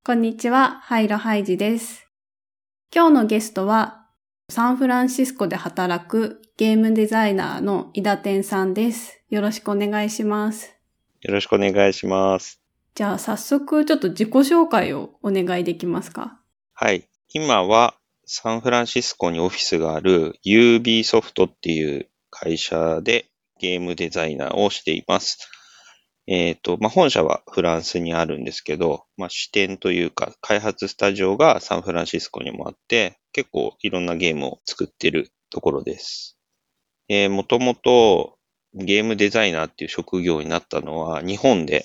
こんにちは、ハイロハイジです。今日のゲストは、サンフランシスコで働くゲームデザイナーの井田天さんです。よろしくお願いします。 よろしくお願いします。 じゃあ早速ちょっと自己紹介をお願いできますか？ はい。今はサンフランシスコにオフィスがある UB ソフトっていう会社でゲームデザイナーをしています。本社はフランスにあるんですけど、支店というか開発スタジオがサンフランシスコにもあって、結構いろんなゲームを作ってるところです。もともとゲームデザイナーっていう職業になったのは日本で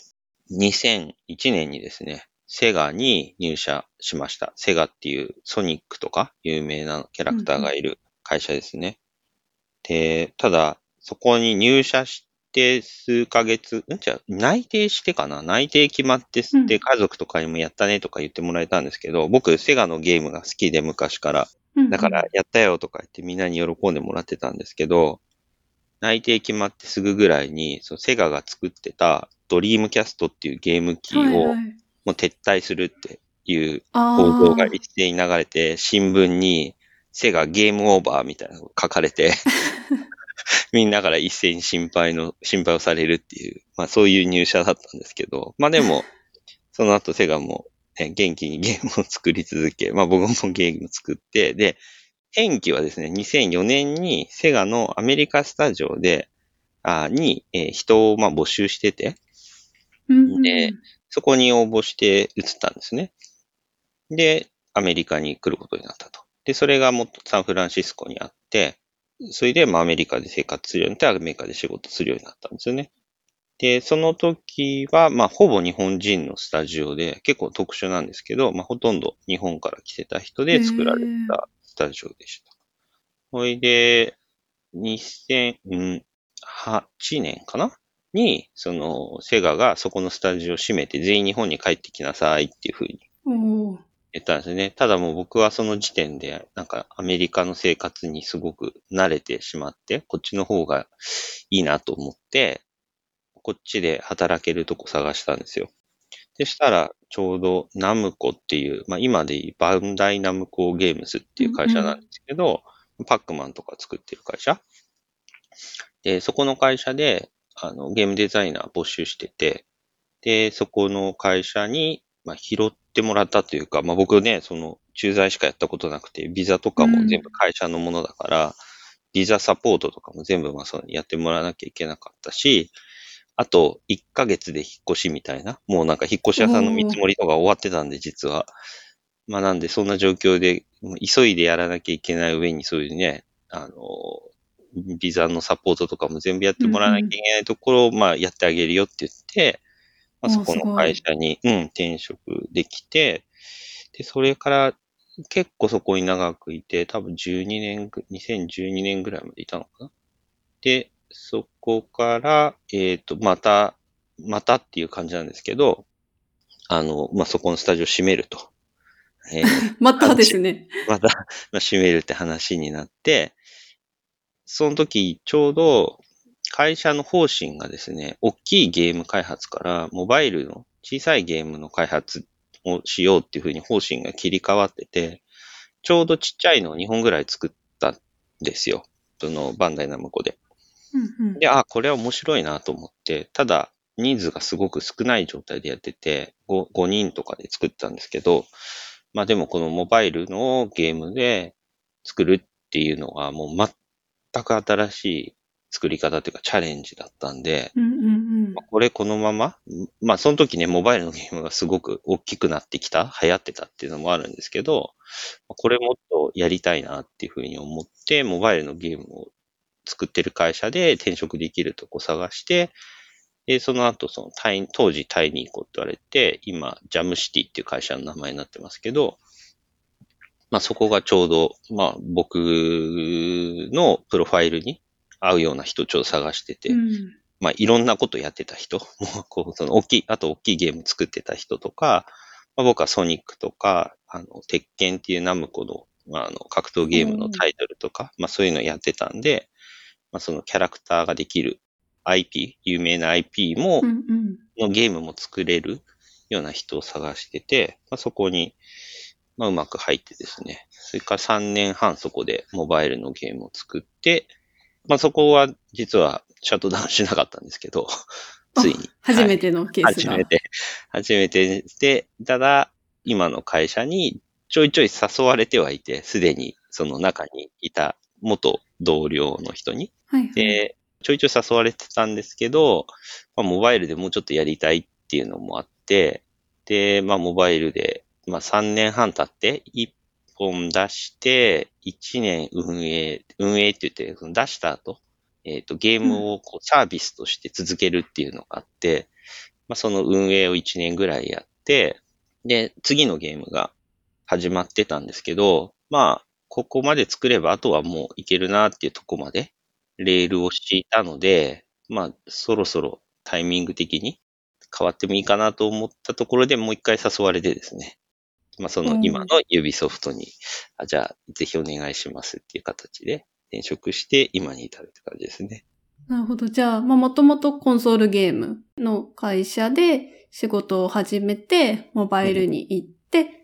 2001年にですね、セガに入社しました。セガっていうソニックとか有名なキャラクターがいる会社ですね。で、ただ、そこに入社して数ヶ月、内定してかな内定決まってで、家族とかにもやったねとか言ってもらえたんですけど、僕、セガのゲームが好きで昔から。だから、やったよとか言ってみんなに喜んでもらってたんですけど、内定決まってすぐぐらいに、セガが作ってたドリームキャストっていうゲーム機をもう撤退するっていう報道が一斉に流れて、新聞にセガゲームオーバーみたいなのが書かれて、みんなから一斉に心配をされるっていう、そういう入社だったんですけど、でも、その後セガも、元気にゲームを作り続け、僕もゲームを作って、で、転機はですね、2004年にセガのアメリカスタジオで、人を募集してて、で、そこに応募して移ったんですね。で、アメリカに来ることになったと。で、それがもっとサンフランシスコにあって、それでアメリカで生活するようになって、アメリカで仕事するようになったんですよね。で、その時は、ほぼ日本人のスタジオで、結構特殊なんですけど、ほとんど日本から来てた人で作られたスタジオでした。それで、2008年かなに、セガがそこのスタジオを閉めて全員日本に帰ってきなさいっていう風に言ったんですね。ただもう僕はその時点で、アメリカの生活にすごく慣れてしまって、こっちの方がいいなと思って、こっちで働けるとこ探したんですよ。でしたら、ちょうどナムコっていう、今でいうバンダイナムコゲームスっていう会社なんですけど、パックマンとか作ってる会社。で、そこの会社で、ゲームデザイナー募集してて、で、そこの会社に、拾ってもらったというか、僕ね、駐在しかやったことなくて、ビザとかも全部会社のものだから、ビザサポートとかも全部やってもらわなきゃいけなかったし、あと、1ヶ月で引っ越しみたいな、もう引っ越し屋さんの見積もりとか終わってたんで、実は。なんで、そんな状況で、急いでやらなきゃいけない上に、そういうね、ビザのサポートとかも全部やってもらわなきゃいけないところを、やってあげるよって言って、そこの会社に、転職できて、で、それから結構そこに長くいて、多分2012年ぐらいまでいたのかな。で、そこから、またっていう感じなんですけど、そこのスタジオ閉めると。 またですね。 また、閉めるって話になって、その時、ちょうど、会社の方針がですね、大きいゲーム開発からモバイルの小さいゲームの開発をしようっていうふうに方針が切り替わってて、ちょうどちっちゃいのを2本ぐらい作ったんですよ。バンダイナムコで。で、これは面白いなと思って、ただ、人数がすごく少ない状態でやってて、5人とかで作ったんですけど、でもこのモバイルのゲームで作るっていうのはもう全く新しい作り方というかチャレンジだったんで、これこのまま、その時ね、モバイルのゲームがすごく大きくなってきた、流行ってたっていうのもあるんですけど、これもっとやりたいなっていうふうに思って、モバイルのゲームを作ってる会社で転職できるとこ探して、で、その後、当時タイに行こうって言われて、今、ジャムシティっていう会社の名前になってますけど、そこがちょうど、僕のプロファイルに合うような人をちょっと探してて、いろんなことやってた人、あと大きいゲーム作ってた人とか、僕はソニックとか、鉄拳っていうナムコの、格闘ゲームのタイトルとか、そういうのやってたんで、そのキャラクターができる IP、有名な IP のゲームも作れるような人を探してて、まあ、そこに、まあ、うまく入ってですね。それから3年半そこでモバイルのゲームを作って、まあ、そこは実はシャットダウンしなかったんですけど、ついに。 初めてのケースが。 初めてで、ただ、今の会社にちょいちょい誘われてはいて、すでにその中にいた元同僚の人に。 はいはい、 で、ちょいちょい誘われてたんですけど、まあ、モバイルでもうちょっとやりたいっていうのもあって、で、まあ、モバイルで、まあ、3年半経って1本出して、1年運営って言って、その出した後、ゲームをこうサービスとして続けるっていうのがあって、まあ、その運営を1年ぐらいやって、で、次のゲームが始まってたんですけど、まあ、ここまで作ればあとはもういけるなっていうとこまでレールを敷いたので、まあ、そろそろタイミング的に変わってもいいかなと思ったところでもう一回誘われてですね。まあ、その今の指ソフトに、じゃあ、ぜひお願いしますっていう形で転職して今に至るって感じですね。 なるほど。じゃあ、まあ、もともとコンソールゲームの会社で仕事を始めて、モバイルに行って、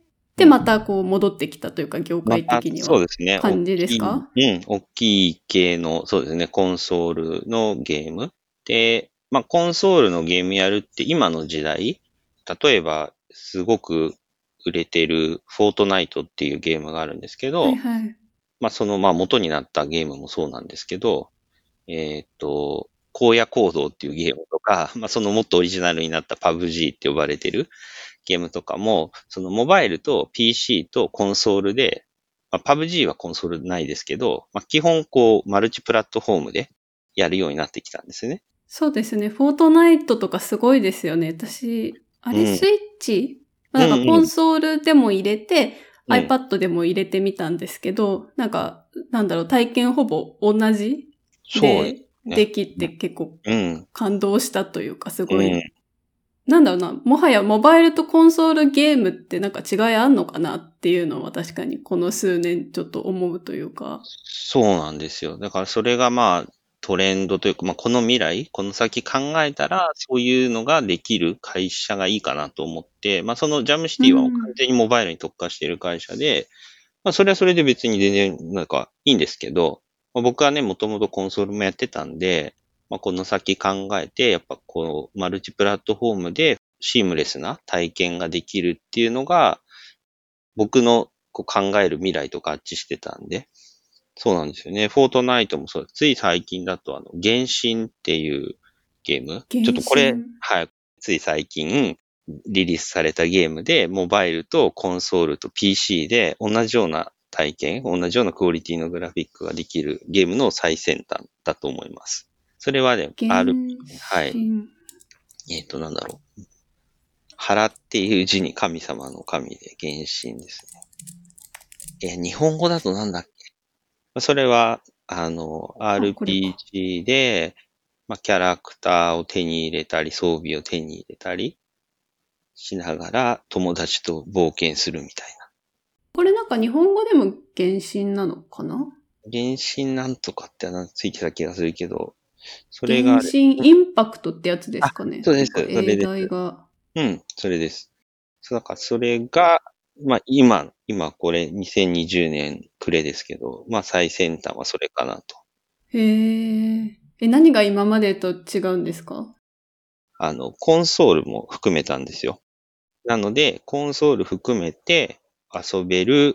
で、またこう戻ってきたというか、業界的には。 そうですね。 感じですか？ 大きい系の、そうですね、コンソールのゲーム。で、まあ、コンソールのゲームやるって今の時代、例えば、すごく売れてるフォートナイトっていうゲームがあるんですけど、 はいはい、 まあ、その、まあ、元になったゲームもそうなんですけど、荒野行動っていうゲームとか、まあ、そのもっとオリジナルになったパブ G って呼ばれてるゲームとかも、そのモバイルと PC とコンソールで、まあ、パブ G はコンソールないですけど、まあ、基本こう、マルチプラットフォームでやるようになってきたんですね。 そうですね。フォートナイトとかすごいですよね。私、あれ、スイッチ、まあ、なんかコンソールでも入れて、iPad でも入れてみたんですけど、なんか、なんだろう、体験ほぼ同じでできて結構感動したというか、すごい、なんだろうな、もはやモバイルとコンソールゲームってなんか違いあんのかなっていうのは確かにこの数年ちょっと思うというか。 そうなんですよ。だからそれがまあトレンドというか、まあこの未来、この先考えたらそういうのができる会社がいいかなと思って、まあそのジャムシティは完全にモバイルに特化している会社で、まあそれはそれで別に全然なんかいいんですけど、まあ、僕はね、もともとコンソールもやってたんで、まあこの先考えて、やっぱこうマルチプラットフォームでシームレスな体験ができるっていうのが、僕のこう考える未来と合致してたんで、そうなんですよね。フォートナイトもそうです。つい最近だと原神っていうゲーム。ちょっとこれ、はい。つい最近リリースされたゲームで、モバイルとコンソールと PC で同じような体験、同じようなクオリティのグラフィックができるゲームの最先端だと思います。それはね、はい。なんだろう。原っていう字に神様の神で原神ですね。日本語だとなんだっけ？それは、RPG で、まあ、キャラクターを手に入れたり、装備を手に入れたりしながら、友達と冒険するみたいな。 これなんか日本語でも原神なのかな？ 原神なんとかってついてた気がするけど、それが。 原神インパクトってやつですかね？ そうです。それです。それです。だからそれが、まあ今これ2020年暮れですけど、まあ最先端はそれかなと。 へえ。何が今までと違うんですか？ コンソールも含めたんですよ。なので、コンソール含めて遊べる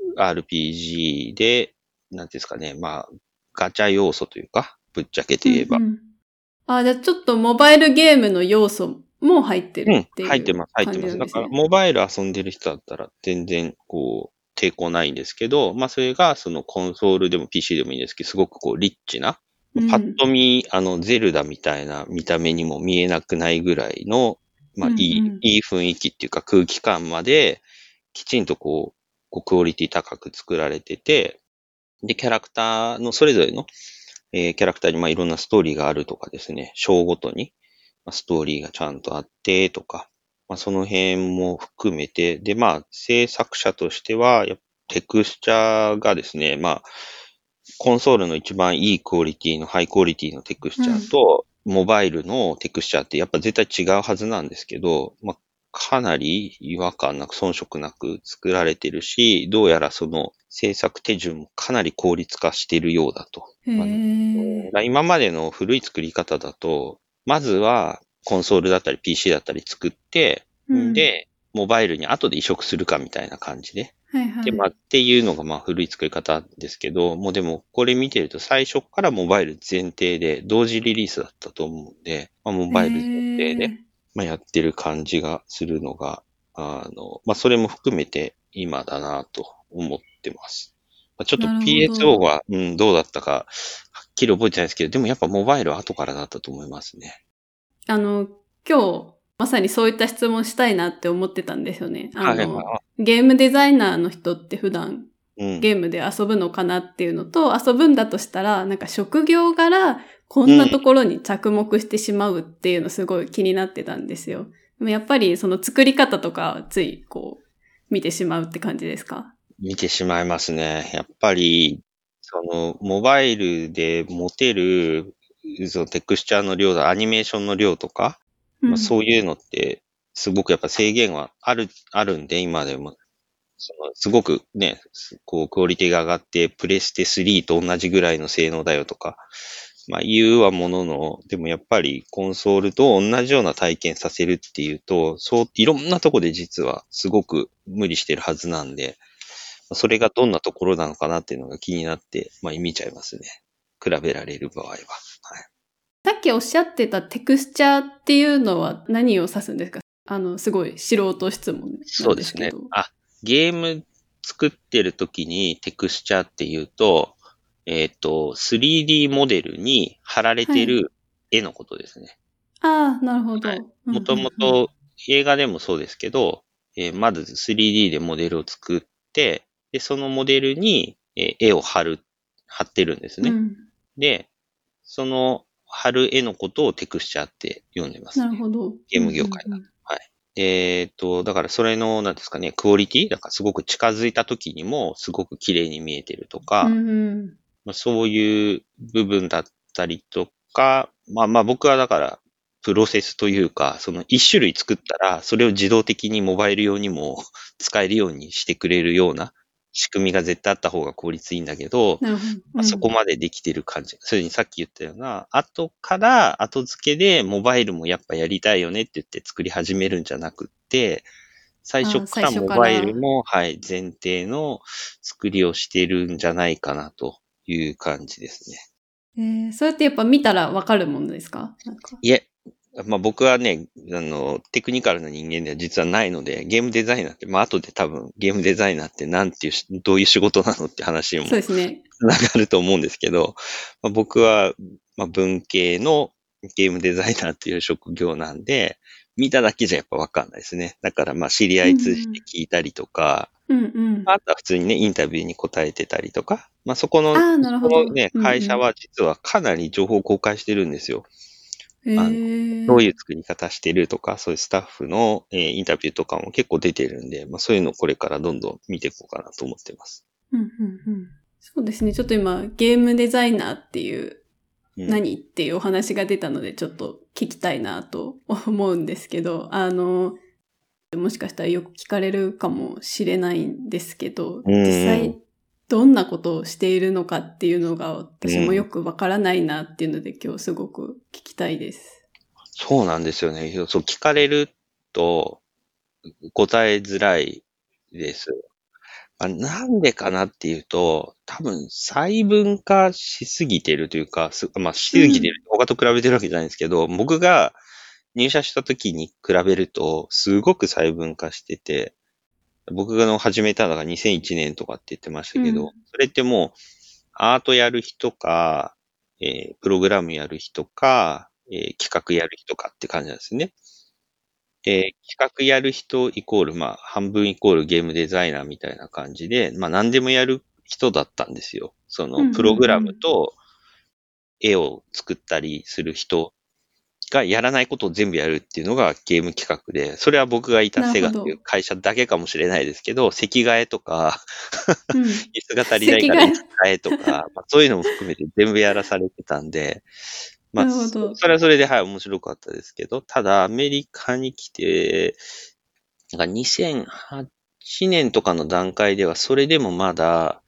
RPG で、なんていうんですかね、まあ、ガチャ要素というか、ぶっちゃけて言えば。 じゃあちょっとモバイルゲームの要素も入ってるっていう感じなんですね。 入ってます。だから、モバイル遊んでる人だったら全然、こう、抵抗ないんですけど、まあ、それが、そのコンソールでも PC でもいいんですけど、すごくこう、リッチな、パッと見、ゼルダみたいな見た目にも見えなくないぐらいの、まあ、いい雰囲気っていうか空気感まで、きちんとこう、クオリティ高く作られてて、で、キャラクターの、それぞれの、キャラクターにまあいろんなストーリーがあるとかですね、章ごとに、ストーリーがちゃんとあってとか、まあ、その辺も含めて、で、まあ、制作者としては、テクスチャーがですね、まあ、コンソールの一番いいクオリティの、ハイクオリティのテクスチャーと、モバイルのテクスチャーってやっぱ絶対違うはずなんですけど、まあ、 かなり違和感なく遜色なく作られてるし、どうやらその制作手順もかなり効率化しているようだと。 へー。 今までの古い作り方だと、まずはコンソールだったり PC だったり作って、で、モバイルに後で移植するかみたいな感じで。 はいはい。 で、っていうのが古い作り方ですけど、もうでもこれ見てると最初からモバイル前提で同時リリースだったと思うんで、モバイル前提で、やってる感じがするのが、それも含めて今だなと思ってます。ちょっと PSO は、どうだったか、はっきり覚えてないですけど、でもやっぱモバイルは後からだったと思いますね。 今日、まさにそういった質問したいなって思ってたんですよね。ゲームデザイナーの人って普段、ゲームで遊ぶのかなっていうのと、遊ぶんだとしたら、なんか職業柄、こんなところに着目してしまうっていうのすごい気になってたんですよ。でもやっぱりその作り方とかつい見てしまうって感じですか？ 見てしまいますね。やっぱり、モバイルで持てる、そのテクスチャーの量だ、アニメーションの量とか、そういうのって、すごくやっぱ制限はあるんで、今でも。すごくね、クオリティが上がって、プレステ3と同じぐらいの性能だよとか、言うはものの、でもやっぱりコンソールと同じような体験させるっていうと、いろんなとこで実はすごく無理してるはずなんで、それがどんなところなのかなっていうのが気になって、見ちゃいますね。比べられる場合は。はい。 さっきおっしゃってたテクスチャーっていうのは何を指すんですか？すごい素人質問なんですけど。 そうですね。ゲーム作ってる時にテクスチャーっていうと、3D モデルに貼られてる絵のことですね。 ああ、なるほど。 もともと映画でもそうですけど、まず 3D でモデルを作って、で、そのモデルに、絵を貼ってるんですね。で、その貼る絵のことをテクスチャーって呼んでます、ね。 なるほど。 ゲーム業界だと。はい。だからそれの、なんですかね、クオリティだからすごく近づいた時にもすごく綺麗に見えてるとか、そういう部分だったりとか、僕はだからプロセスというか、その一種類作ったら、それを自動的にモバイル用にも使えるようにしてくれるような仕組みが絶対あった方が効率いいんだけど、そこまでできてる感じ。それにさっき言ったような、後付けでモバイルもやっぱやりたいよねって言って作り始めるんじゃなくって、最初からモバイルも、前提の作りをしてるんじゃないかなという感じですね。そうやってやっぱ見たらわかるものですか？ いえ、僕はね、テクニカルな人間では実はないので、ゲームデザイナーって、後で多分ゲームデザイナーってどういう仕事なのって話もそうですね。 つながると思うんですけど、僕は、文系のゲームデザイナーっていう職業なんで、見ただけじゃやっぱわかんないですね。だから知り合い通じて聞いたりとか、あとは普通にね、インタビューに答えてたりとか、そこのね、会社は実はかなり情報を公開してるんですよ。どういう作り方してるとか、そういうスタッフの、インタビューとかも結構出てるんで、そういうのをこれからどんどん見ていこうかなと思ってます。 そうですね。ちょっと今、ゲームデザイナーっていう、何っていうお話が出たので、ちょっと聞きたいなと思うんですけど、もしかしたらよく聞かれるかもしれないんですけど、実際どんなことをしているのかっていうのが私もよくわからないなっていうので、今日すごく聞きたいです。 そうなんですよね。そう聞かれると答えづらいです。なんでかなっていうと、多分細分化しすぎてるというか、しすぎてる、他と比べてるわけじゃないんですけど、僕が入社した時に比べると、すごく細分化してて、僕が始めたのが2001年とかって言ってましたけど、それってもう、アートやる人か、プログラムやる人か、企画やる人かって感じなんですね。企画やる人イコール、半分イコールゲームデザイナーみたいな感じで、何でもやる人だったんですよ。プログラムと絵を作ったりする人がやらないことを全部やるっていうのがゲーム企画で、それは僕がいたセガっていう会社だけかもしれないですけど、席替えとか、椅子が足りないから椅子替えとか、そういうのも含めて全部やらされてたんで、それはそれで、面白かったですけど、ただアメリカに来て、 なんか2008年とかの段階では、それでもまだ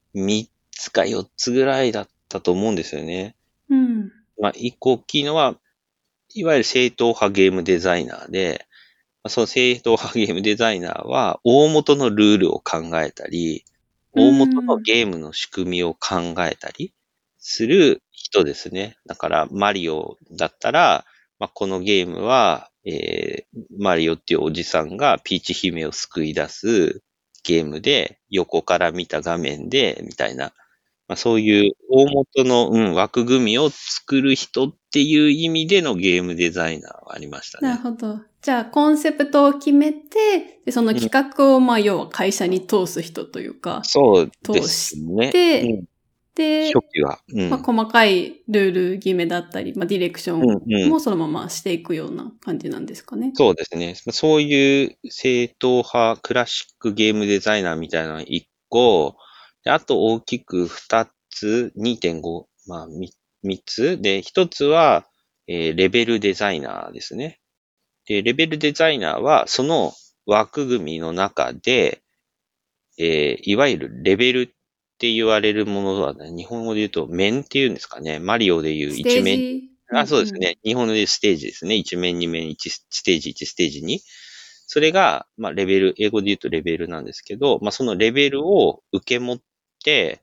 3つか4つぐらいだったと思うんですよね。 うん。 まあ、一個大きいのは、いわゆる正統派ゲームデザイナーで、その正統派ゲームデザイナーは、大元のルールを考えたり、 う大元のん。 ゲームの仕組みを考えたりする人ですね。だから、マリオだったら、まあ、このゲームは、マリオっていうおじさんがピーチ姫を救い出すゲームで、横から見た画面で、みたいな。まあ、そういう大元の、枠組みを作る人っていう意味でのゲームデザイナーはありましたね。 なるほど。じゃあ、コンセプトを決めて、でそのうん、 企画を、まあ、要は会社に通す人というか、 そうです通しね。 て、で、 初期は。 まあ、細かいルール決めだったり、まあ、ディレクションうん。 もそのまましていくような感じなんですかね。 そうですね。そういう正統派クラシックゲームデザイナーみたいなの1個、であと大きく2つ、2.5、まあ3つで、1つは、レベルデザイナーですね。で、レベルデザイナーは、その枠組みの中で、いわゆるレベルって言われるものは、ね、日本語で言うと面っていうんですかね。マリオでいうステー一面。 ジ、 そうですね。日本語で言うステージですね。一面、二面、一ステージ、一ステージに。それが、まあ、レベル、英語で言うとレベルなんですけど、まあ、そのレベルを受け持って、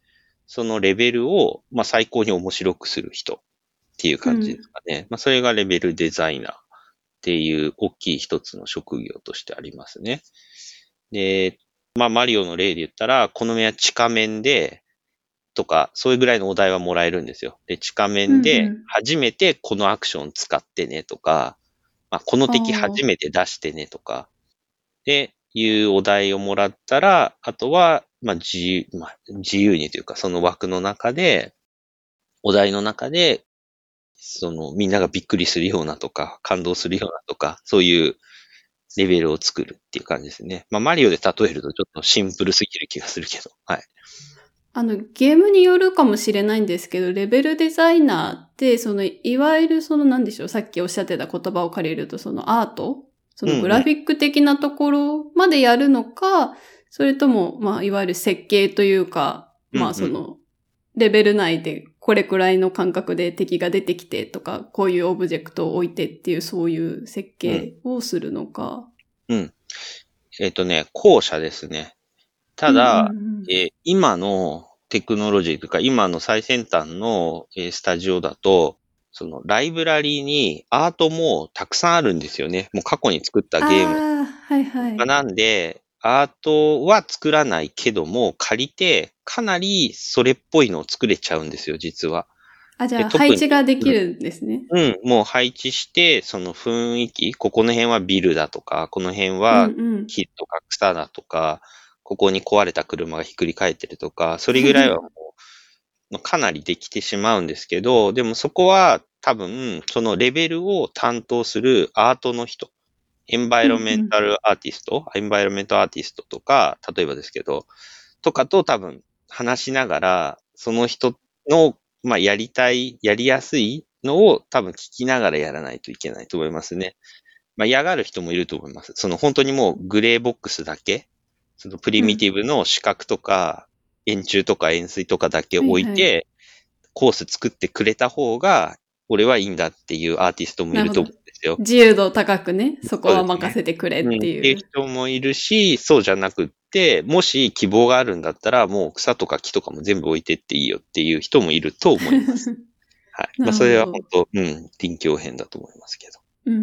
そのレベルを、まあ、最高に面白くする人っていう感じですかね。まあ、それがレベルデザイナーっていう大きい一つの職業としてありますね。で、まあ、マリオの例で言ったら、この面は地下面で、とか、そういうぐらいのお題はもらえるんですよ。で、地下面で、初めてこのアクション使ってねとか、まあ、この敵初めて出してねとか、で、いうお題をもらったら、あとは、まあ、自由にというか、その枠の中で、お題の中で、みんながびっくりするようなとか、感動するようなとか、そういうレベルを作るっていう感じですね。まあ、マリオで例えるとちょっとシンプルすぎる気がするけど、はい。 ゲームによるかもしれないんですけど、レベルデザイナーって、いわゆるなんでしょう、さっきおっしゃってた言葉を借りると、アートグラフィック的なところまでやるのか、それとも、まあ、いわゆる設計というか、まあ、レベル内でこれくらいの感覚で敵が出てきてとか、こういうオブジェクトを置いてっていう、そういう設計をするのか。 うん。後者ですね。ただ、今のテクノロジーというか、今の最先端のスタジオだと、ライブラリーにアートもたくさんあるんですよね。もう過去に作ったゲーム。 はいはい。 なんで、アートは作らないけども、借りて、かなりそれっぽいのを作れちゃうんですよ、実は。 じゃあ配置ができるんですね。 もう配置して、その雰囲気、ここの辺はビルだとか、この辺は木とか草だとか、ここに壊れた車がひっくり返ってるとか、それぐらいはもう、かなりできてしまうんですけど、でもそこは多分、そのレベルを担当するアートの人、エンバイロメントアーティストとか、例えばですけど、とかと多分話しながら、その人の、まあ、やりやすいのを多分聞きながらやらないといけないと思いますね。まあ、嫌がる人もいると思います。本当にもうグレーボックスだけ、プリミティブの四角とか、円柱とか円錐とかだけ置いて、コース作ってくれた方が、俺はいいんだっていうアーティストもいると思うんですよ。 自由度高くね、そこは任せてくれっていう。 っていう人もいるし、そうじゃなくって、もし希望があるんだったら、もう草とか木とかも全部置いてっていいよっていう人もいると思います。はい。まあ、それは本当、臨機応変だと思いますけど。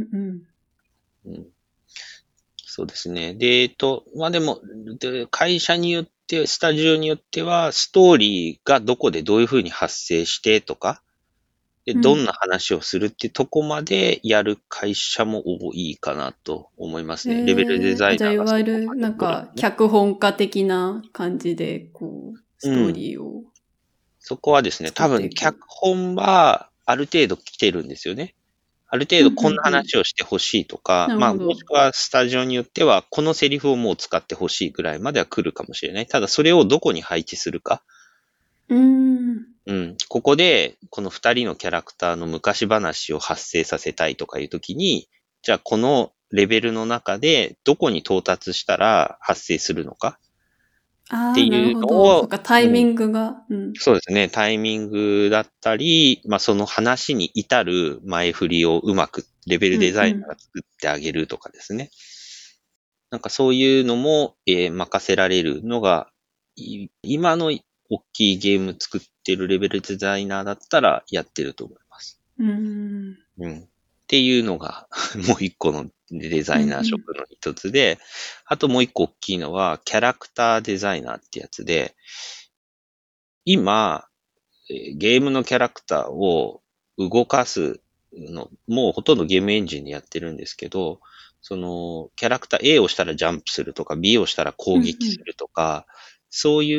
そうですね。で、まあでも、会社によって、スタジオによっては、ストーリーがどこでどういうふうに発生してとか、で、どんな話をするってとこまでやる会社も多いかなと思いますね。レベルデザイナーが。 じゃあ、いわゆる、なんか、脚本家的な感じで、ストーリーを、 そこはですね、多分、脚本は、ある程度来てるんですよね。ある程度こんな話をしてほしいとか、まあ、もしくはスタジオによっては、このセリフをもう使ってほしいくらいまでは来るかもしれない。ただ、それをどこに配置するか。ここで、この二人のキャラクターの昔話を発生させたいとかいうときに、じゃあこのレベルの中でどこに到達したら発生するのかってなるいうのほど。そを、 っか、タイミングが。 そうですね、タイミングだったり、その話に至る前振りをうまくレベルデザイナーが作ってあげるとかですね。なんかそういうのも、任せられるのが、今の大きいゲーム作ってるレベルデザイナーだったらやってると思います。っていうのがもう一個のデザイナー職の一つで、あともう一個大きいのはキャラクターデザイナーってやつで、今、ゲームのキャラクターを動かすの、もうほとんどゲームエンジンでやってるんですけど、その、キャラクター A をしたらジャンプするとか、B をしたら攻撃するとか、そういう、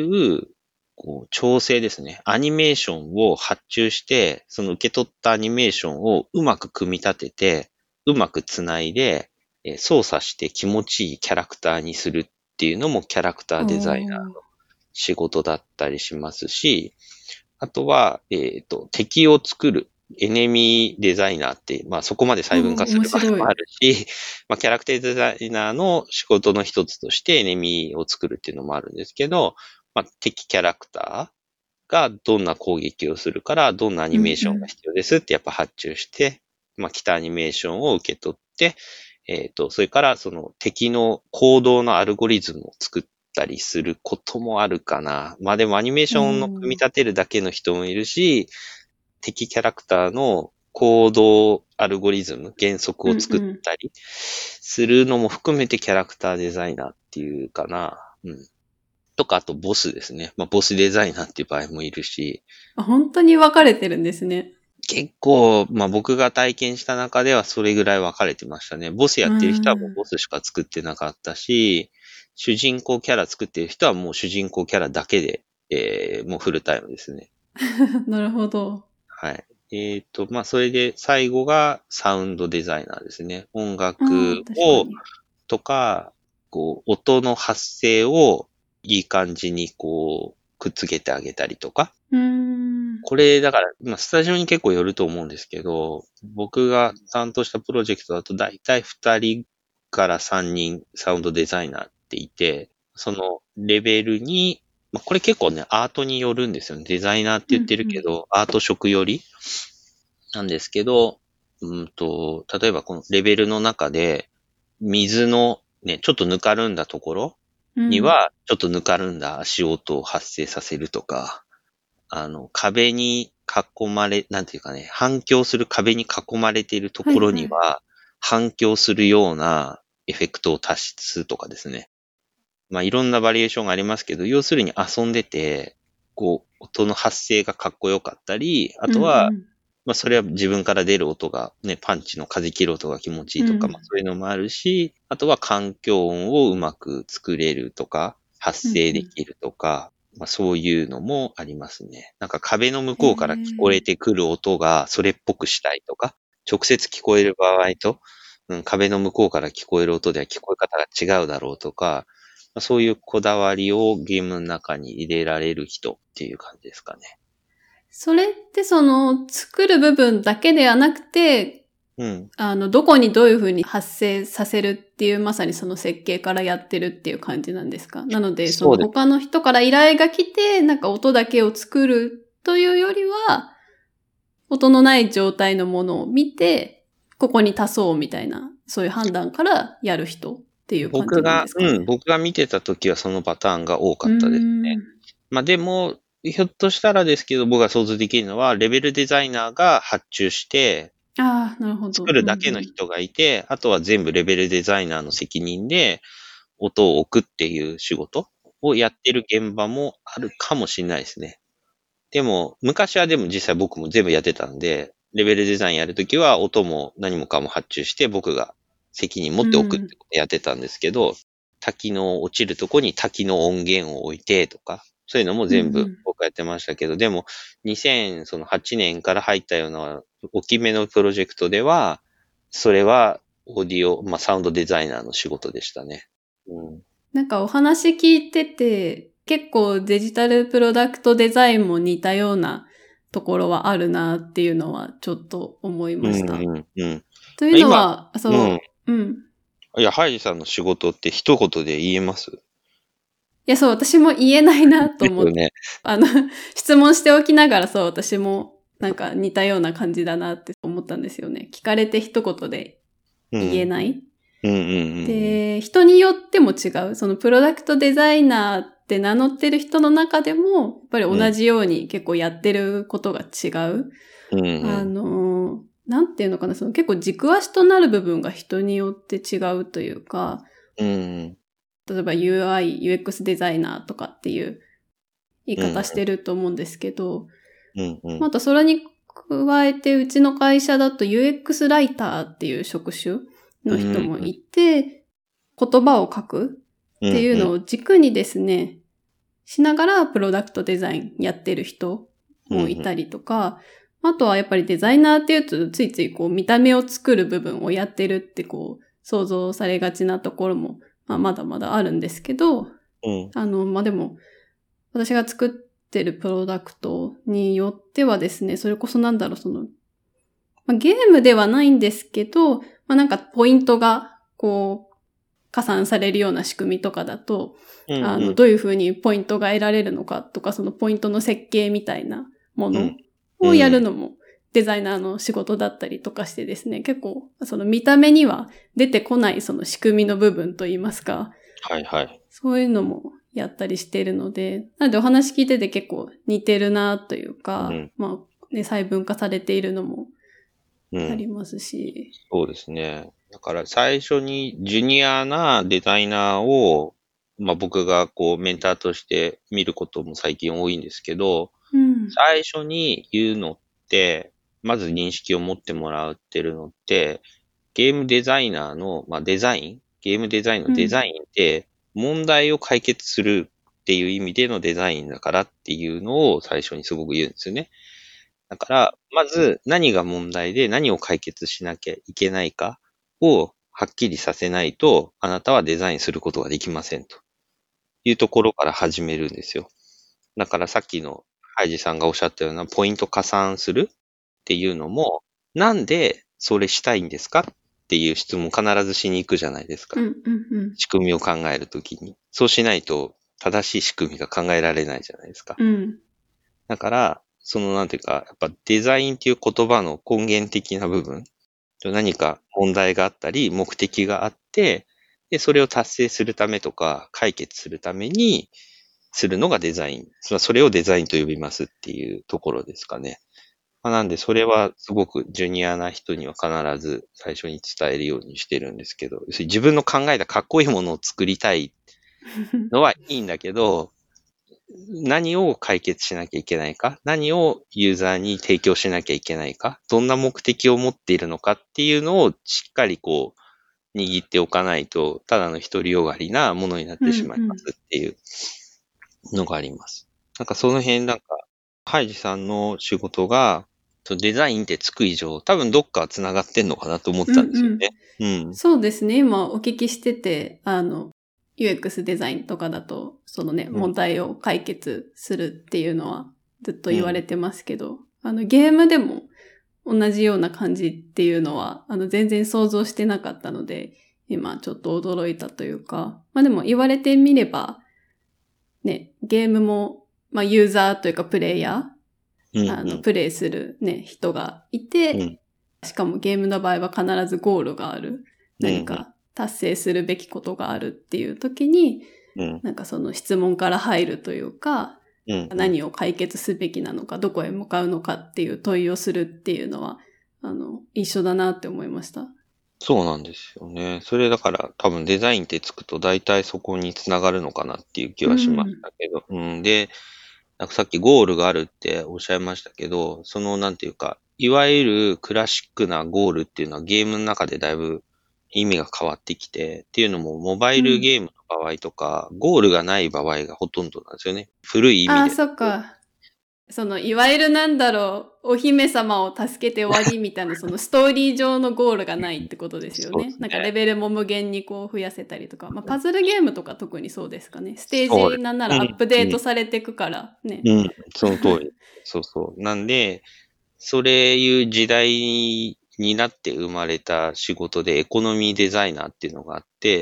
調整ですね。アニメーションを発注して、その受け取ったアニメーションをうまく組み立てて、うまくつないで、操作して気持ちいいキャラクターにするっていうのもキャラクターデザイナーの仕事だったりしますし、あとは、敵を作るエネミーデザイナーって、そこまで細分化する場合もあるし、キャラクターデザイナーの仕事の一つとしてエネミーを作るっていうのもあるんですけど、敵キャラクターがどんな攻撃をするから、どんなアニメーションが必要ですってやっぱ発注して、来たアニメーションを受け取って、それからその敵の行動のアルゴリズムを作ったりすることもあるかな。でもアニメーションの組み立てるだけの人もいるし、敵キャラクターの行動アルゴリズム、原則を作ったりするのも含めてキャラクターデザイナーっていうかな。とか、あとボスですね。ボスデザイナーっていう場合もいるし。 本当に分かれてるんですね。 結構、僕が体験した中ではそれぐらい分かれてましたね。ボスやってる人はもうボスしか作ってなかったし、主人公キャラ作ってる人はもう主人公キャラだけで、もうフルタイムですね。 なるほど。 はい。それで最後がサウンドデザイナーですね。音楽を、とか、音の発声をいい感じにくっつけてあげたりとか。これ、だから、スタジオに結構よると思うんですけど、僕が担当したプロジェクトだとだいたい2人から3人サウンドデザイナーっていて、そのレベルに、これ結構ね、アートによるんですよね。デザイナーって言ってるけど、アート職よりなんですけど、例えばこのレベルの中で、水のね、ちょっとぬかるんだところには、ちょっとぬかるんだ足音を発生させるとか、壁に囲まれ、なんていうかね、反響する壁に囲まれているところには、反響するようなエフェクトを足すとかですね。いろんなバリエーションがありますけど、要するに遊んでて、音の発生がかっこよかったり、あとは、それは自分から出る音が、ね、パンチの風切る音が気持ちいいとか、そういうのもあるし、あとは環境音をうまく作れるとか、発生できるとか、そういうのもありますね。なんか壁の向こうから聞こえてくる音がそれっぽくしたいとか、直接聞こえる場合と、壁の向こうから聞こえる音では聞こえ方が違うだろうとか、そういうこだわりをゲームの中に入れられる人っていう感じですかね。 それって作る部分だけではなくて、どこにどういうふうに発生させるっていう、まさにその設計からやってるっていう感じなんですか？なので、他の人から依頼が来て、なんか音だけを作るというよりは、音のない状態のものを見て、ここに足そうみたいな、そういう判断からやる人っていう感じなんですかね。 僕が見てた時はそのパターンが多かったですね。でも、ひょっとしたらですけど、僕が想像できるのは、レベルデザイナーが発注して、 なるほど。 作るだけの人がいて、あとは全部レベルデザイナーの責任で、音を置くっていう仕事をやってる現場もあるかもしれないですね。でも、昔はでも実際僕も全部やってたんで、レベルデザインやるときは音も何もかも発注して僕が責任持っておくってことやってたんですけど、滝の落ちるとこに滝の音源を置いてとか、そういうのも全部僕やってましたけど、でも2008年から入ったような大きめのプロジェクトでは、それはオーディオ、サウンドデザイナーの仕事でしたね。 なんかお話聞いてて、結構デジタルプロダクトデザインも似たようなところはあるなっていうのはちょっと思いました。というのは、 いや、ハイジさんの仕事って一言で言えます？ いや、そう、私も言えないなと思って、 ね。 質問しておきながら、そう、私もなんか似たような感じだなって思ったんですよね。聞かれて一言で言えない。で、人によっても違う。そのプロダクトデザイナーって名乗ってる人の中でも、やっぱり同じように結構やってることが違う。なんていうのかな、その結構軸足となる部分が人によって違うというか、例えば UI、UX デザイナーとかっていう言い方してると思うんですけど、またそれに加えて、うちの会社だと UX ライターっていう職種の人もいて、言葉を書くっていうのを軸にですね、しながらプロダクトデザインやってる人もいたりとか、あとはやっぱりデザイナーっていうとついついこう見た目を作る部分をやってるってこう想像されがちなところも、まだまだあるんですけど、でも私が作ってるプロダクトによってはですね、それこそゲームではないんですけど、なんかポイントがこう加算されるような仕組みとかだと、どういうふうにポイントが得られるのかとか、そのポイントの設計みたいなものをやるのもデザイナーの仕事だったりとかしてですね、結構その見た目には出てこないその仕組みの部分といいますか、そういうのもやったりしているので、なのでお話聞いてて結構似てるなというか、細分化されているのもありますし。 そうですね。だから最初にジュニアなデザイナーを、僕がこうメンターとして見ることも最近多いんですけど、最初に言うのって、まず認識を持ってもらってるのって、ゲームデザイナーの、ゲームデザインのデザインって問題を解決するっていう意味でのデザインだからっていうのを最初にすごく言うんですよね。だから、まず何が問題で何を解決しなきゃいけないかをはっきりさせないと、あなたはデザインすることができませんというところから始めるんですよ。だからさっきのハイジさんがおっしゃったようなポイント加算するっていうのも、なんでそれしたいんですかっていう質問必ずしに行くじゃないですか。仕組みを考えるときに。そうしないと正しい仕組みが考えられないじゃないですか。だから、なんていうか、やっぱデザインっていう言葉の根源的な部分、何か問題があったり、目的があって、で、それを達成するためとか、解決するためにするのがデザイン。それをデザインと呼びますっていうところですかね。なんで、それはすごくジュニアな人には必ず最初に伝えるようにしてるんですけど、要するに自分の考えたかっこいいものを作りたいのはいいんだけど、何を解決しなきゃいけないか、何をユーザーに提供しなきゃいけないか、どんな目的を持っているのかっていうのをしっかりこう握っておかないと、ただの独りよがりなものになってしまいますっていうのがあります。なんかその辺ハイジさんの仕事がデザインってつく以上、多分どっか繋がってんのかなと思ったんですよね。 そうですね。今お聞きしてて、UX デザインとかだと、問題を解決するっていうのはずっと言われてますけど、ゲームでも同じような感じっていうのは、全然想像してなかったので、今ちょっと驚いたというか、でも言われてみれば、ね、ゲームも、ユーザーというかプレイヤー、プレイするね、人がいて、しかもゲームの場合は必ずゴールがある。何か達成するべきことがあるっていう時に、なんかその質問から入るというか、何を解決すべきなのか、どこへ向かうのかっていう問いをするっていうのは、一緒だなって思いました。 そうなんですよね。それだから多分デザインってつくと大体そこにつながるのかなっていう気はしましたけど。で、なんかさっきゴールがあるっておっしゃいましたけど、なんていうか、いわゆるクラシックなゴールっていうのはゲームの中でだいぶ意味が変わってきて、っていうのもモバイルゲームの場合とか、ゴールがない場合がほとんどなんですよね。古い意味で。 そっか。いわゆるお姫様を助けて終わりみたいな、ストーリー上のゴールがないってことですよね。なんかレベルも無限にこう増やせたりとか、パズルゲームとか特にそうですかね。ステージなんならアップデートされていくからね。 その通り。そう。なんで、そういう時代になって生まれた仕事でエコノミーデザイナーっていうのがあって、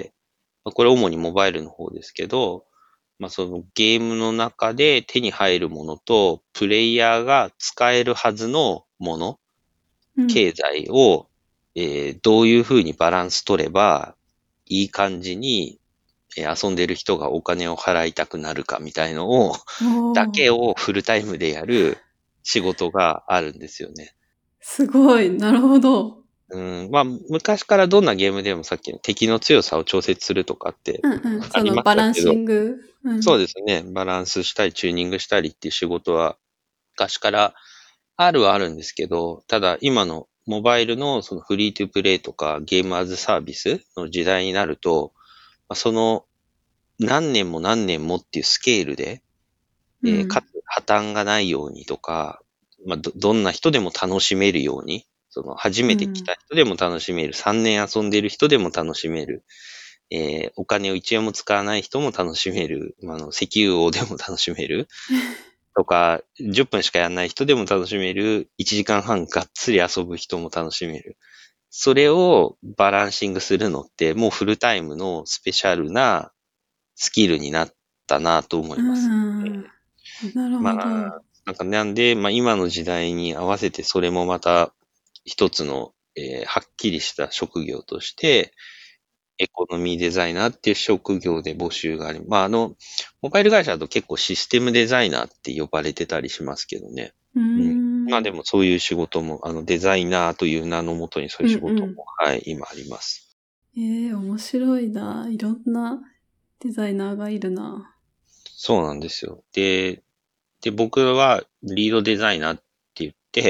これ主にモバイルの方ですけど、そのゲームの中で手に入るものと、プレイヤーが使えるはずのもの、経済を、どういうふうにバランス取れば、いい感じに、遊んでる人がお金を払いたくなるかみたいのを、だけをフルタイムでやる仕事があるんですよね。 すごい。なるほど。 昔からどんなゲームでもさっきの敵の強さを調節するとかってありまバランしたけど、 シング、 そうですね。バランスしたりチューニングしたりっていう仕事は昔からあるはあるんですけど、ただ今のモバイルのそのフリートゥープレイとかゲームアズサービスの時代になると、その何年も何年もっていうスケールで、かつ破綻がないようにとか、どんな人でも楽しめるように、その初めて来た人でも楽しめる、3年遊んでる人でも楽しめる、お金を1円も使わない人も楽しめる、石油王でも楽しめる、とか、10分しかやんない人でも楽しめる、1時間半がっつり遊ぶ人も楽しめる。それをバランシングするのって、もうフルタイムのスペシャルなスキルになったなと思います。 なるほど。 なんで、今の時代に合わせてそれもまた一つの、はっきりした職業として、エコノミーデザイナーっていう職業で募集があり、モバイル会社だと結構システムデザイナーって呼ばれてたりしますけどね。でもそういう仕事も、デザイナーという名のもとにそういう仕事も、はい、今あります。 面白いな。いろんなデザイナーがいるな。 そうなんですよ。で、僕はリードデザイナーって言って、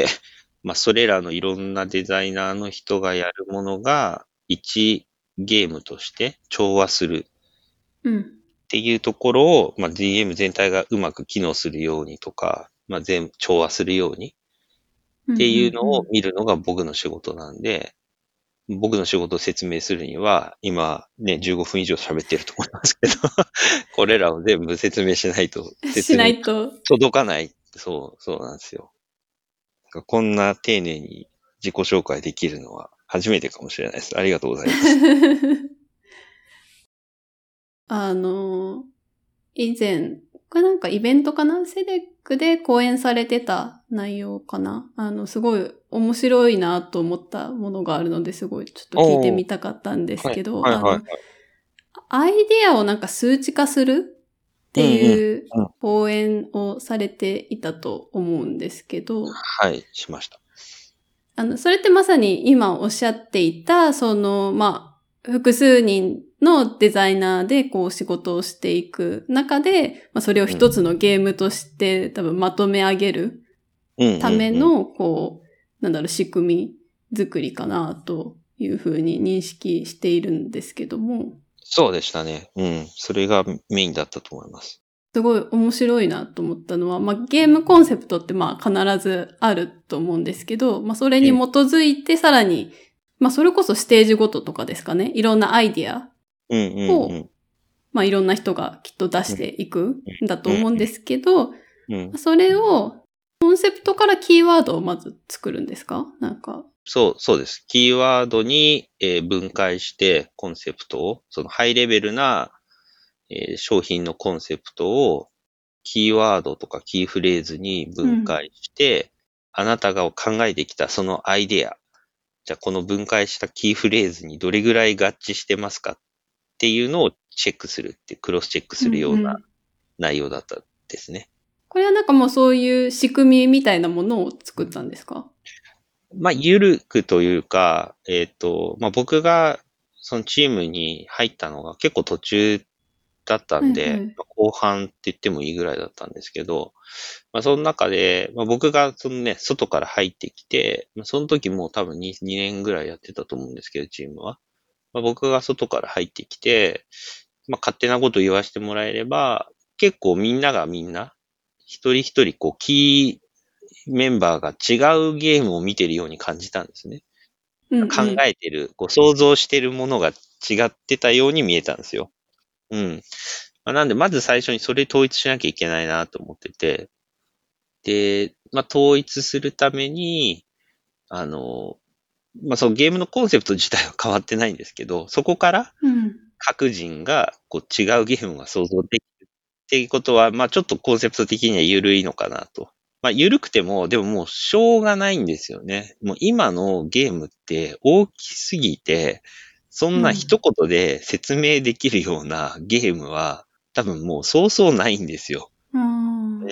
それらのいろんなデザイナーの人がやるものが、一ゲームとして調和するっていうところを、DM 全体がうまく機能するようにとか、全部調和するようにっていうのを見るのが僕の仕事なんで、僕の仕事を説明するには、今ね、15分以上喋ってると思いますけど、これらを全部説明しないと、 しないと。 届かない。そうなんですよ。こんな丁寧に自己紹介できるのは初めてかもしれないです。ありがとうございます。 以前、これなんかイベントかな、セデックで講演されてた内容かな。すごい面白いなと思ったものがあるので、すごいちょっと聞いてみたかったんですけど、アイデアをなんか数値化するっていう講演をされていたと思うんですけど。 はい、しました。 それってまさに今おっしゃっていた、複数人のデザイナーでこう仕事をしていく中で、それを一つのゲームとして多分まとめ上げるための、仕組み作りかなというふうに認識しているんですけども。 そうでしたね。それがメインだったと思います。 すごい面白いなと思ったのは、ゲームコンセプトって必ずあると思うんですけど、それに基づいてさらに、それこそステージごととかですかね。いろんなアイディアを、いろんな人がきっと出していくんだと思うんですけど、それを、コンセプトからキーワードをまず作るんですか？ そうです。キーワードに分解してコンセプトを、そのハイレベルな商品のコンセプトをキーワードとかキーフレーズに分解して、あなたが考えてきたそのアイデア、じゃあこの分解したキーフレーズにどれぐらい合致してますかっていうのをチェックするって、クロスチェックするような内容だったですね。 これはもうそういう仕組みみたいなものを作ったんですか？ ゆるくというか、僕がそのチームに入ったのが結構途中だったんで、後半って言ってもいいぐらいだったんですけど、その中で、僕が外から入ってきて、その時もう多分2年ぐらいやってたと思うんですけど、チームは。僕が外から入ってきて、勝手なこと言わせてもらえれば、結構みんながみんな、一人一人キーメンバーが違うゲームを見てるように感じたんですね。考えてる、想像してるものが違ってたように見えたんですよ。なんで、まず最初にそれ統一しなきゃいけないなと思ってて、で、統一するために、 そのゲームのコンセプト自体は変わってないんですけど、そこからうん。 各人がこう違うゲームが想像できるっていうことは、ちょっとコンセプト的には緩いのかなと。緩くても、でももうしょうがないんですよね。もう今のゲームって大きすぎて、そんな一言で説明できるようなゲームは多分もうそうそうないんですよ。 うん。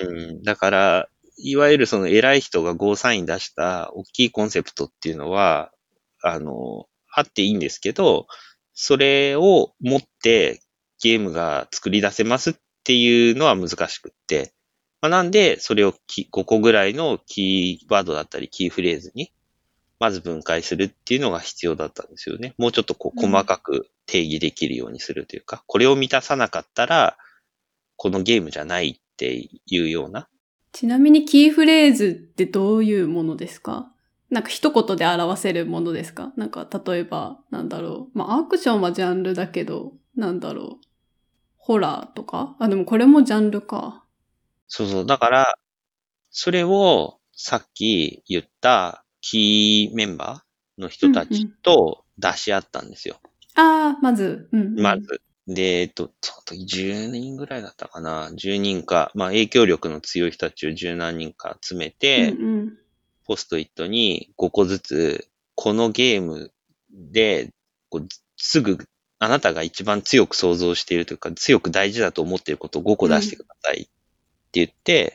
だから、いわゆるその偉い人がゴーサイン出した大きいコンセプトっていうのは、あっていいんですけど、それを持ってゲームが作り出せますっていうのは難しくって、なんで、それを5個ぐらいのキーワードだったりキーフレーズに、まず分解するっていうのが必要だったんですよね。もうちょっとこう細かく定義できるようにするというか、これを満たさなかったら、このゲームじゃないっていうような、 ちなみにキーフレーズってどういうものですか？なんか一言で表せるものですか？なんか例えば、なんだろう。アクションはジャンルだけど、なんだろう。ホラーとか？でもこれもジャンルか。 そうそう。だから、それをさっき言ったキーメンバーの人たちうんうん。 と出し合ったんですよ。 まず、うんうん。 まず。で、その時10人ぐらいだったかな。10人か、影響力の強い人たちを10何人か集めうんうて、 ん。 ポストイットに5個ずつ、このゲームで、こうすぐ、あなたが一番強く想像しているというか、強く大事だと思っていることを5個出してくださいって言って、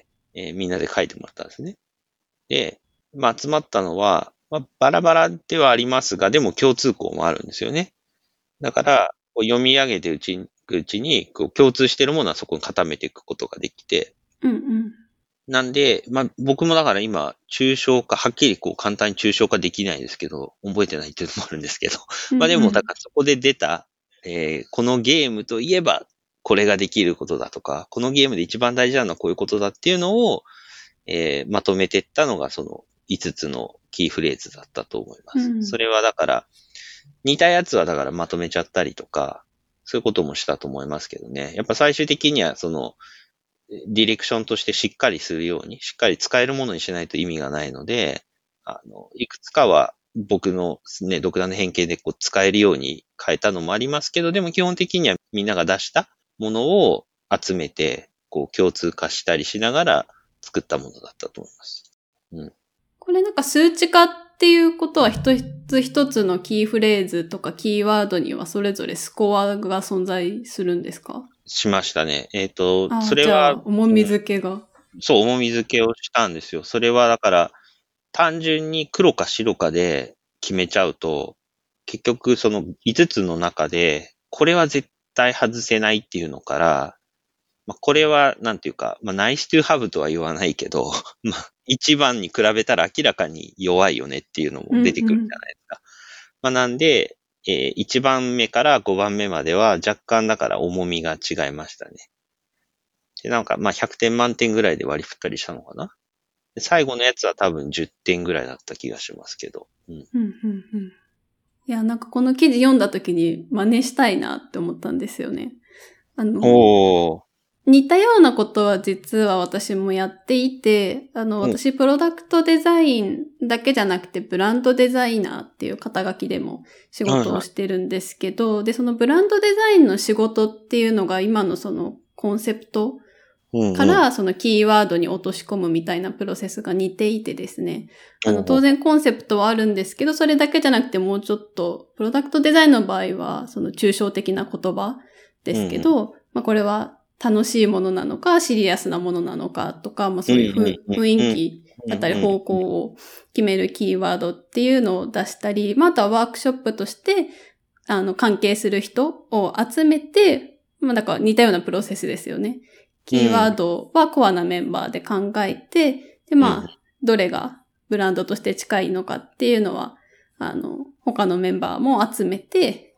みんなで書いてもらったんですね。で、集まったのは、バラバラではありますが、でも共通項もあるんですよね。だから、こう読み上げてうちに、こう共通しているものはそこに固めていくことができて、 うんうん。 なんで、僕もだから今、抽象化、はっきりこう簡単に抽象化できないですけど、覚えてないっていうのもあるんですけど、 うんでも、だうん。 からそこで出た、このゲームといえば、これができることだとか、このゲームで一番大事なのはこういうことだっていうのを、まとめていったのがその5つのキーフレーズだったと思います。そうん。 れはだから、似たやつはだからまとめちゃったりとか、そういうこともしたと思いますけどね。やっぱ最終的にはその、ディレクションとしてしっかりするように、しっかり使えるものにしないと意味がないので、いくつかは僕のね、独断の偏見でこう使えるように変えたのもありますけど、でも基本的にはみんなが出したものを集めて、こう共通化したりしながら作ったものだったと思います。うん。 これなんか数値化っていうことは一つ一つのキーフレーズとかキーワードにはそれぞれスコアが存在するんですか？ しましたね。それは、 じゃあ、重み付けが。 そう、重み付けをしたんですよ。それはだから、単純に黒か白かで決めちゃうと、結局その5つの中で、これは絶対外せないっていうのから、これは、なんていうか、ナイストゥーハブとは言わないけど、一番に比べたら明らかに弱いよねっていうのも出てくるじゃないですか。なんで、1番目から5番目までは若干だから重みが違いましたね。で、なんか、100点満点ぐらいで割り振ったりしたのかな。で最後のやつは多分10点ぐらいだった気がしますけど。うん。 うんうんうん。いや、なんかこの記事読んだ時に真似したいなって思ったんですよね。 おー。 似たようなことは実は私もやっていて、私プロダクトデザインだけじゃなくてブランドデザイナーっていう肩書きでも仕事をしてるんですけど、で、そのブランドデザインの仕事っていうのが今のそのコンセプトからそのキーワードに落とし込むみたいなプロセスが似ていてですね。当然コンセプトはあるんですけど、それだけじゃなくてもうちょっと、プロダクトデザインの場合はその抽象的な言葉ですけど、これは楽しいものなのか、シリアスなものなのかとか、そういう雰囲気だったり方向を決めるキーワードっていうのを出したり、あとはワークショップとして、関係する人を集めて、だから似たようなプロセスですよね。キーワードはコアなメンバーで考えて、で、どれがブランドとして近いのかっていうのは、他のメンバーも集めて、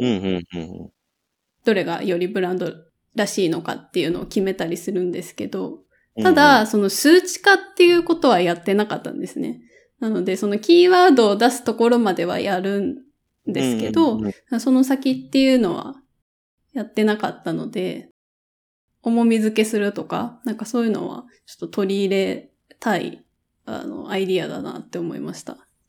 どれがよりブランドらしいのかっていうのを決めたりするんですけど、ただ、その数値化っていうことはやってなかったんですね。なので、そのキーワードを出すところまではやるんですけど、その先っていうのはやってなかったので、重み付けするとか、なんかそういうのはちょっと取り入れたい、アイディアだなって思いました。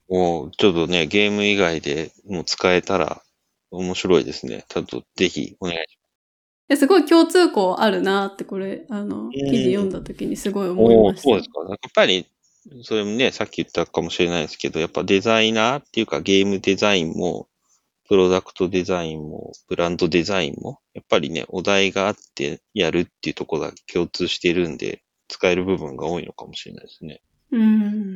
もう、ちょっとね、ゲーム以外でもう使えたら面白いですね。ちょっとぜひお願いしすごい共通項あるなって、これ、 ます。 記事読んだ時にすごい思いおお、 ました。 そうですか。やっぱり、それもね、さっき言ったかもしれないですけど、やっぱデザイナーっていうかゲームデザインも、プロダクトデザインも、ブランドデザインも、やっぱりね、お題があってやるっていうところが共通しているんで、使える部分が多いのかもしれないですね。 うん。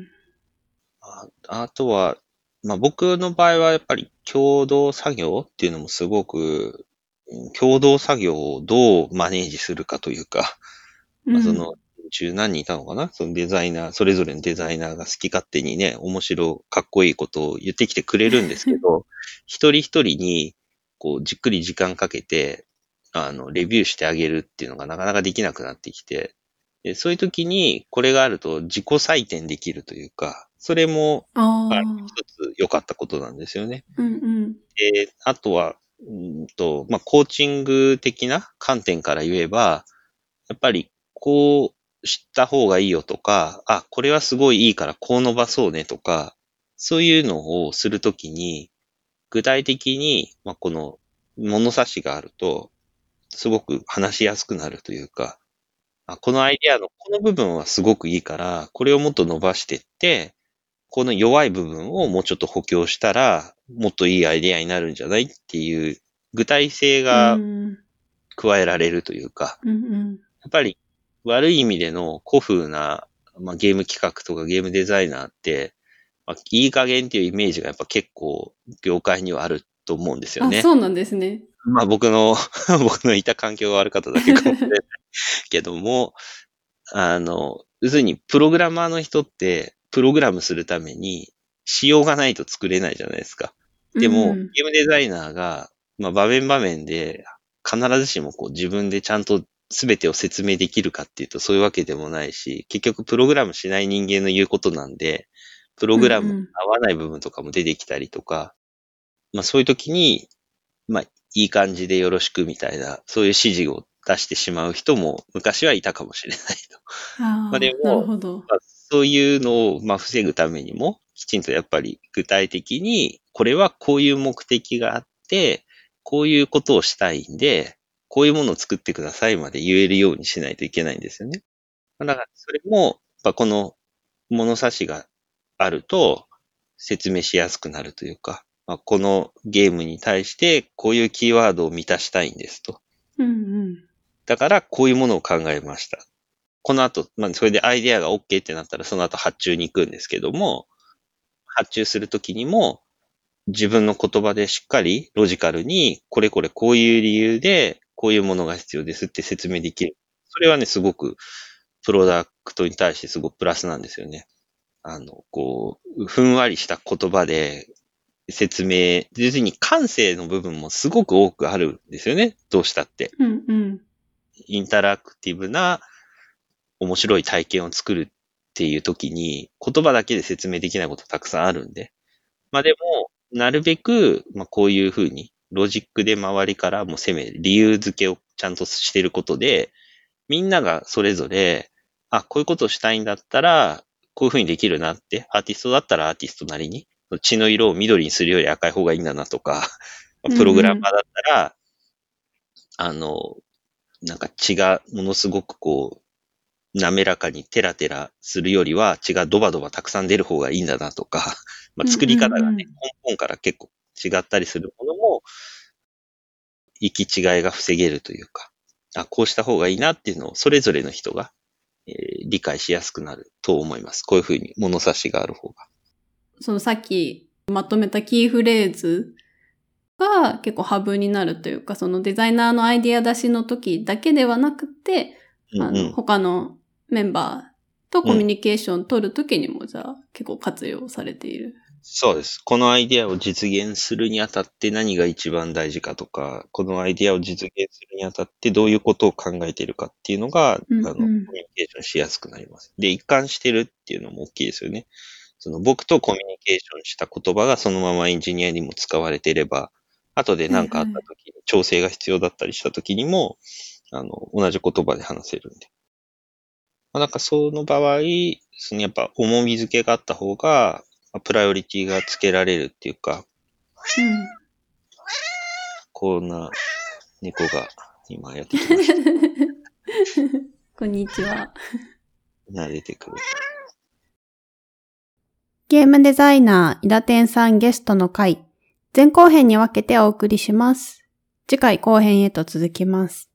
あとは、まあ僕の場合はやっぱり共同作業っていうのもすごく、共同作業をどうマネージするかというか、 うん。 十何人いたのかなそのデザイナー、それぞれのデザイナーが好き勝手にね、面白、かっこいいことを言ってきてくれるんですけど、一人一人に、こう、じっくり時間かけて、レビューしてあげるっていうのがなかなかできなくなってきて、でそういう時に、これがあると自己採点できるというか、それも、 あ一あ。 つ良かったことなんですよね。 うんうん。 で、あとは、まあ、コーチング的な観点から言えば、やっぱり、こうした方がいいよとか、あ、これはすごいいいからこう伸ばそうねとか、そういうのをするときに、具体的に、まあ、この物差しがあると、すごく話しやすくなるというか、あ、このアイデアのこの部分はすごくいいから、これをもっと伸ばしていって、この弱い部分をもうちょっと補強したら、もっといいアイデアになるんじゃないっていう具体性うがん。 加えられるというか、 うんうん。 やっぱり悪い意味での古風な、まあ、ゲーム企画とかゲームデザイナーって、まあ、いい加減っていうイメージがやっぱ結構業界にはあると思うんですよあ、 ね。 そうなんですね。 まあ僕の僕のいた環境が悪かっただけかもしれないけども、要するにプログラマーの人ってプログラムするために仕様がないと作れないじゃないですか。 うでも、 ん。 ゲームデザイナーが、まあ場面場面で必ずしもこう自分でちゃんと全てを説明できるかっていうとそういうわけでもないし、結局プログラムしない人間の言うことなんで、プロうんグラムうん。 合わない部分とかも出てきたりとか、まあそういう時に、まあいい感じでよろしくみたいな、そういう指示を出してしまう人も昔はいたかもしれないと。まあでああ、なるも、 ほど。 まあ、そういうのを、まあ、防ぐためにも、きちんとやっぱり具体的に、これはこういう目的があって、こういうことをしたいんで、こういうものを作ってくださいまで言えるようにしないといけないんですよね。だから、それも、やっぱこの物差しがあると説明しやすくなるというか、まあ、このゲームに対してこういうキーワードを満たしたいんですと。 うんうん。 だからこういうものを考えました。この後、まあ、それでアイデアが OK ってなったら、その後発注に行くんですけども、発注するときにも、自分の言葉でしっかりロジカルに、これこれこういう理由で、こういうものが必要ですって説明できる。それはね、すごく、プロダクトに対してすごくプラスなんですよね。ふんわりした言葉で説明、要するに感性の部分もすごく多くあるんですよね。どうしたって。 うんうん。 インタラクティブな面白い体験を作るっていう時に、言葉だけで説明できないことたくさんあるんで。まあでも、なるべく、まあこういうふうに、ロジックで周りからも攻める、理由付けをちゃんとしていることで、みんながそれぞれ、あ、こういうことをしたいんだったら、こういうふうにできるなって、アーティストだったらアーティストなりに、血の色を緑にするより赤い方がいいんだなとか、 うんプログラうん。 マーだったら、あの、なんか血がものすごくこ滑らかにテラテラするよりは血がドバドバたくさん出る方がいいんだなとか、まあ、 うんう作り方がね、 んうん。 根本から結構違ったりするものも、行き違いが防げるというか、あ、こうした方がいいなっていうのをそれぞれの人が、理解しやすくなると思います。こういうふうに物差しがある方が。 そのさっきまとめたキーフレーズが結構ハブになるというか、そのデザイナーのアイディア出しの時だけではなくて、 うんうん。 他のメンバーとコミュうん。 ニケーション取る時にもじゃあ結構活用されている。 そうです。このアイデアを実現するにあたって何が一番大事かとか、このアイデアを実現するにあたってどういうことを考えているかっていうのが、 うんうん。 コミュニケーションしやすくなります。で、一貫してるっていうのも大きいですよね。その僕とコミュニケーションした言葉がそのままエンジニアにも使われていれば、後で何かあったはいはい。 時に調整が必要だったりした時にも、同じ言葉で話せるんで。まあ、なんかその場合、そのやっぱ重み付けがあった方が、 プライオリティがつけられるっていうか、こんな猫が今やってきました。 こんにちは。 出てくる。 ゲームデザイナー、伊田天さんゲストの回、前後編に分けてお送りします。次回後編へと続きます。